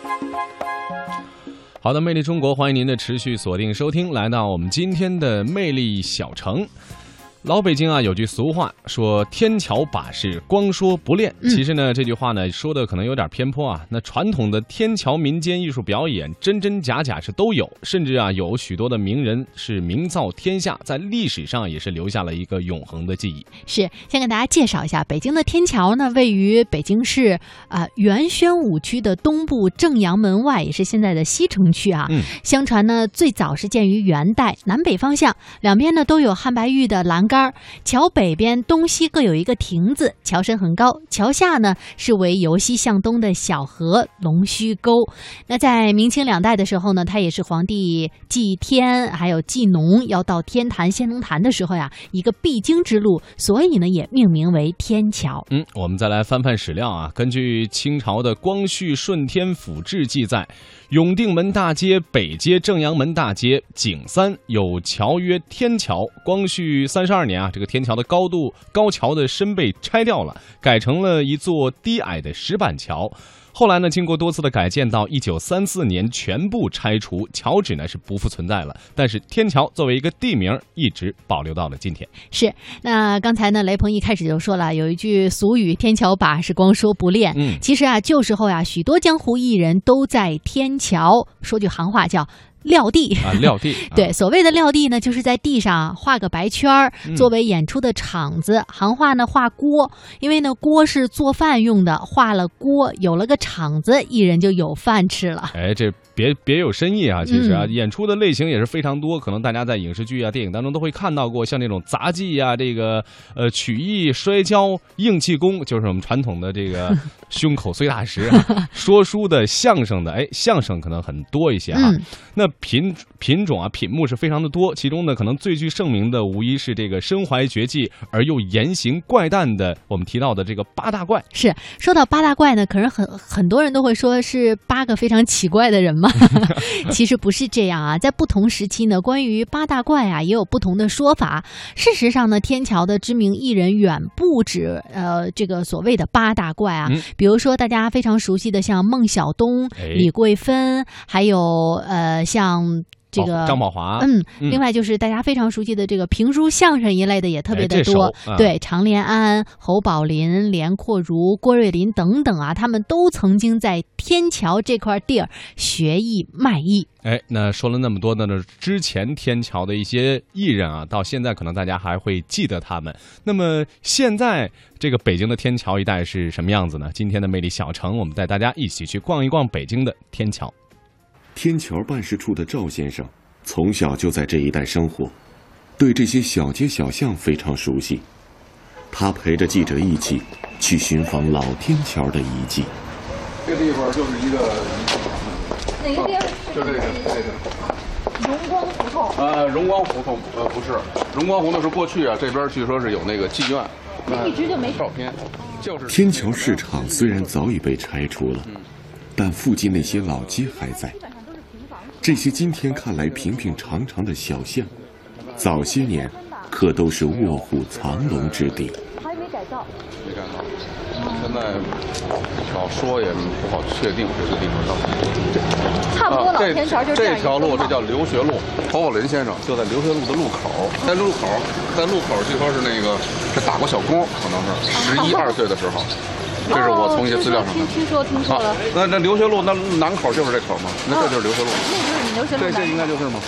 好的，魅力中国，欢迎您的持续锁定收听，来到我们今天的魅力小城。老北京啊，有句俗话说天桥把式，光说不练。其实呢，这句话呢说的可能有点偏颇啊。那传统的天桥民间艺术表演，真真假假是都有，甚至啊有许多的名人是名噪天下，在历史上也是留下了一个永恒的记忆。 是，先给大家介绍一下，北京的天桥呢，位于北京市原宣武区的东部正阳门外，也是现在的西城区啊。相传呢，最早是建于元代，南北方向两边呢都有汉白玉的栏杆。桥北边东西各有一个亭子，桥身很高，桥下呢是为由西向东的小河龙须沟。那在明清两代的时候呢，它也是皇帝祭天还有祭农要到天坛仙农坛的时候呀，一个必经之路，所以呢也命名为天桥。 我们再来翻翻史料啊，根据清朝的光绪顺天府志记载，永定门大街北街正阳门大街景三有桥曰天桥。光绪32年啊，这个天桥的高桥的身被拆掉了，改成了一座低矮的石板桥。后来呢，经过多次的改建，到1934年全部拆除，桥址呢是不复存在了。但是天桥作为一个地名，一直保留到了今天。 是，那刚才呢，雷鹏一开始就说了，有一句俗语，天桥把式，光说不练。其实啊，旧时候呀，许多江湖艺人都在天桥，说句行话叫撂地啊，撂地。 对，所谓的撂地呢，就是在地上画个白圈儿，作为演出的场子。行话呢，画锅，因为呢锅是做饭用的，画了锅，有了个场子，艺人就有饭吃了。 哎，这别有深意啊！其实啊，演出的类型也是非常多，可能大家在影视剧啊、电影当中都会看到过，像这种杂技啊，这个曲艺、摔跤、硬气功，就是我们传统的这个胸口碎大石啊。说书的、相声的，相声可能很多一些哈。那品种啊、品目是非常的多，其中呢，可能最具盛名的无疑是这个身怀绝技而又言行怪诞的，我们提到的这个八大怪。 是，说到八大怪呢，可是很多人都会说是8个非常奇怪的人嘛。其实不是这样啊，在不同时期呢，关于八大怪啊也有不同的说法。事实上呢，天桥的知名艺人远不止这个所谓的八大怪啊，比如说大家非常熟悉的像孟小冬、李桂芬，还有像这个张宝华， 另外就是大家非常熟悉的这个评书相声一类的也特别的多，对，常连安、侯宝林、连阔如、郭瑞林等等啊，他们都曾经在天桥这块地儿学艺卖艺。 那说了那么多呢，之前天桥的一些艺人啊，到现在可能大家还会记得他们。那么现在这个北京的天桥一带是什么样子呢？今天的魅力小城，我们带大家一起去逛一逛北京的天桥。 天桥办事处的赵先生从小就在这一带生活，对这些小街小巷非常熟悉。他陪着记者一起去寻访老天桥的遗迹。 这个地方就是一个哪个地儿？ 就这个荣光胡同。 荣光胡同不是，荣光胡同是过去啊，这边据说是有那个妓院。 一直就没照片。就是天桥市场虽然早已被拆除了，但附近那些老街还在。这些今天看来平平常常的小巷，早些年可都是卧虎藏龙之地。 还没改造。 没改造。现在少说也不好确定这个地方到底。 差不多老天桥就这条路，这叫留学路。侯宝林先生就在留学路的路口，在路口据说是是打过小工，可能是11、12岁的时候。这是我从一些资料上听说了。 那留学路那南口就是这口吗？那这就是留学路。 那就是你留学路。 这应该就是吗？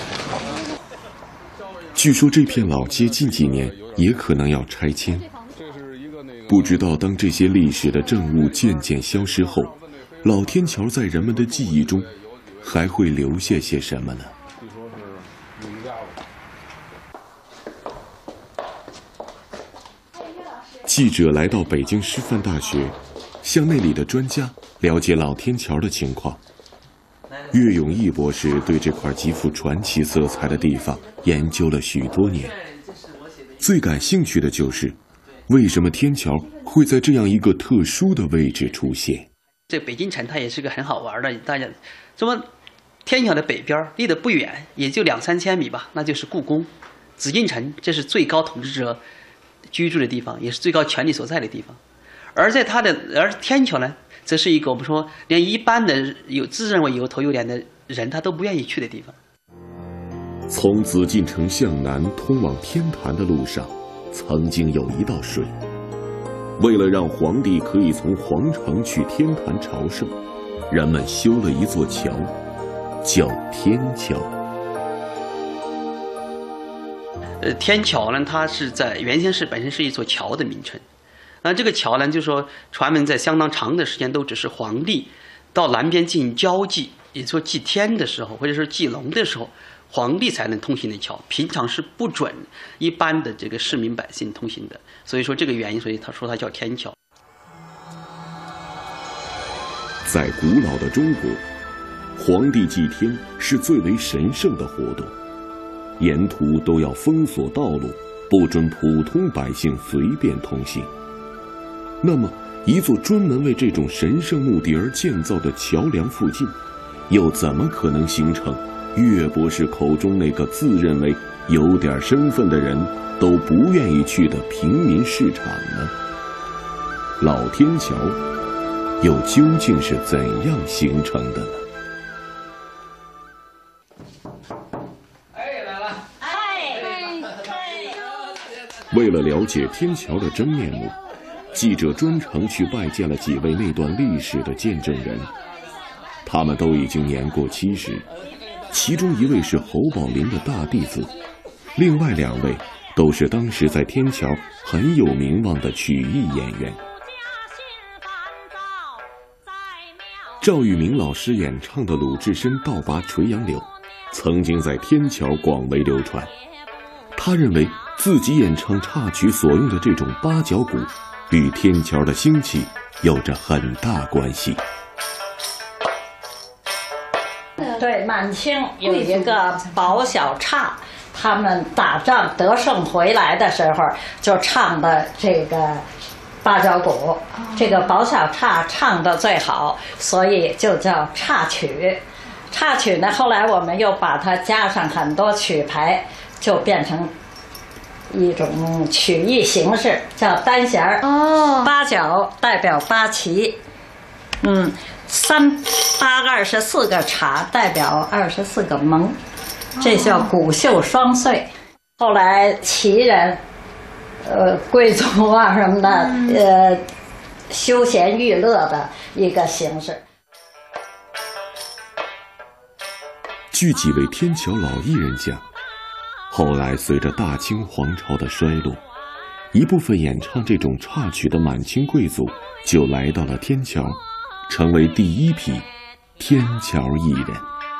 据说这片老街近几年也可能要拆迁。不知道当这些历史的证物渐渐消失后，老天桥在人们的记忆中还会留下些什么呢？记者来到北京师范大学，向那里的专家了解老天桥的情况。岳永义博士对这块极富传奇色彩的地方研究了许多年，最感兴趣的就是为什么天桥会在这样一个特殊的位置出现。 这北京城它也是个很好玩的，大家这么天桥的北边离得不远，也就2、3千米吧，那就是故宫。紫禁城这是最高统治者居住的地方，也是最高权力所在的地方。而天桥呢， 这是一个我们说连一般的自认为有头有脸的人他都不愿意去的地方。 从紫禁城向南通往天坛的路上，曾经有一道水。为了让皇帝可以从皇城去天坛朝圣，人们修了一座桥，叫天桥。 天桥呢，它是在原先本身是一座桥的名称。那这个桥呢，就是说传闻在相当长的时间都只是皇帝到南边进行交际，也就是说祭天的时候，或者是祭龙的时候，皇帝才能通行的桥，平常是不准一般的这个市民百姓通行的。所以说这个原因，所以他说它叫天桥。 在古老的中国，皇帝祭天是最为神圣的活动，沿途都要封锁道路，不准普通百姓随便通行。那么，一座专门为这种神圣目的而建造的桥梁附近，又怎么可能形成岳博士口中那个自认为有点身份的人都不愿意去的平民市场呢？老天桥又究竟是怎样形成的呢？为了了解天桥的真面目，记者专程去拜见了几位那段历史的见证人。他们都已经年过70，其中一位是侯宝林的大弟子，另外2位都是当时在天桥很有名望的曲艺演员。赵玉明老师演唱的鲁智深倒拔垂杨柳，曾经在天桥广为流传。他认为自己演唱插曲所用的这种八角鼓，与天桥的兴起有着很大关系。 对，满清有一个保小刹，他们打仗得胜回来的时候就唱的这个八角鼓，这个保小刹唱的最好，所以就叫刹曲。刹曲呢，后来我们又把它加上很多曲牌，就变成一种曲艺形式，叫单弦儿。八角代表八旗，3、8、24个茶代表24个蒙，这叫鼓袖双穗。后来旗人、贵族啊什么的，休闲娱乐的一个形式。 据几位天桥老艺人讲，后来随着大清皇朝的衰落，一部分演唱这种插曲的满清贵族就来到了天桥，成为第一批天桥艺人。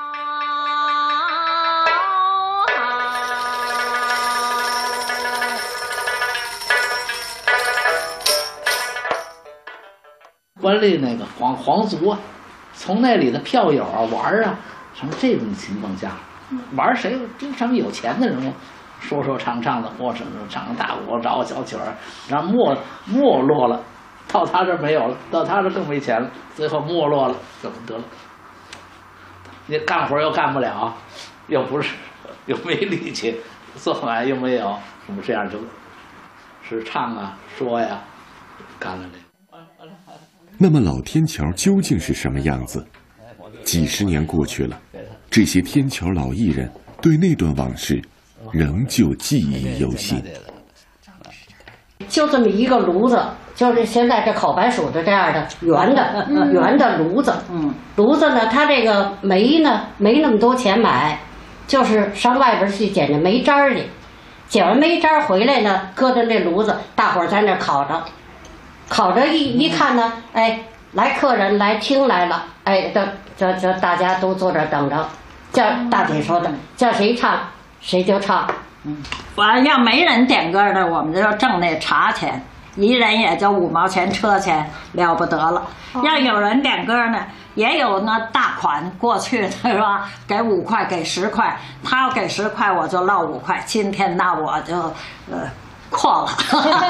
官吏那个皇族啊，从那里的票友啊玩啊，什么这种情况下，玩谁经常有钱的人物，说唱的，或者唱大鼓，找小曲儿，然后没落了，到他这没有了，到他这更没钱了，最后没落了，怎么得了？你干活又干不了，又没力气，做完又没有，什么这样就是唱啊说呀，干了这个。 那么老天桥究竟是什么样子？几十年过去了，这些天桥老艺人对那段往事仍旧记忆犹新。 就这么一个炉子，就是现在这烤白薯的这样的圆的炉子。炉子呢，它这个煤呢没那么多钱买，就是上外边去捡这煤渣去，捡完煤渣回来呢，搁在那炉子，大伙儿在那烤着。烤着一看呢，哎，来客人来听来了，哎，这大家都坐这等着，叫大姐说的，叫谁唱谁就唱。 完要没人点歌的，我们就挣那茶钱，一人也就5毛钱车钱，了不得了。要有人点歌呢，也有那大款过去的是吧？给5块，给10块，他要给10块，我就落5块。今天那我就阔了。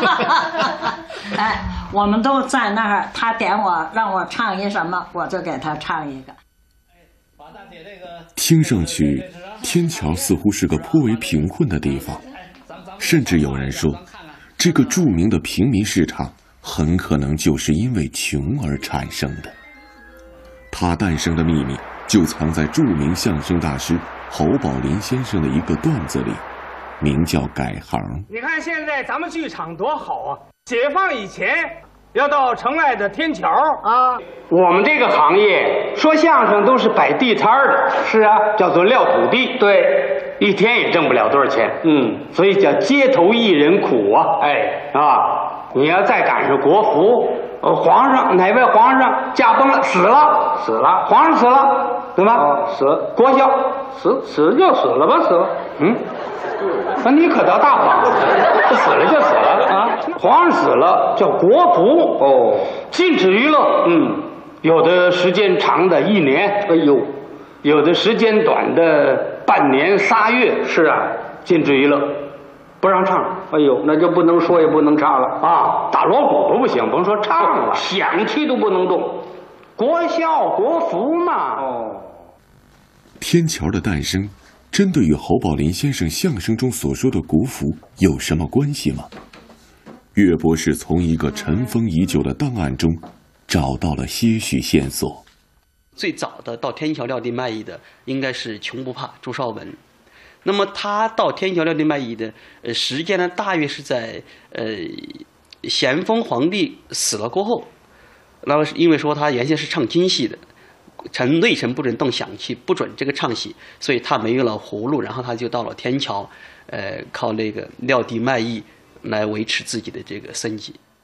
哎，我们都在那儿，他点我让我唱一什么，我就给他唱一个。 听上去天桥似乎是个颇为贫困的地方，甚至有人说这个著名的平民市场很可能就是因为穷而产生的。它诞生的秘密就藏在著名相声大师侯宝林先生的一个段子里，名叫改行。 你看现在咱们剧场多好啊！解放以前要到城外的天桥啊，我们这个行业说相声都是摆地摊的，是啊，叫做撂土地，对，一天也挣不了多少钱，所以叫街头艺人苦啊，你要再赶上国服，皇上哪位皇上驾崩了，死了，皇上死了，对吧？死，国孝死就死了吧，死了，那你可倒大方，死了就死了啊！皇上死了叫国服禁止娱乐，有的时间长的1年，有的时间短的半年3月，是啊，禁止娱乐，不让唱。那就不能说也不能唱了啊！打锣鼓都不行，甭说唱了，响器都不能动，国孝国服嘛。 天桥的诞生真的与侯宝林先生相声中所说的古府有什么关系吗？岳博士从一个尘封已久的档案中找到了些许线索。 最早的到天桥撂地卖艺的应该是穷不怕朱绍文，那么他到天桥撂地卖艺的时间呢，大约是在咸丰皇帝死了过后。那么因为说他原先是唱京戏的，内臣不准动响器，不准这个唱戏，所以他没有了葫芦，然后他就到了天桥，靠那个撂地卖艺来维持自己的这个生计。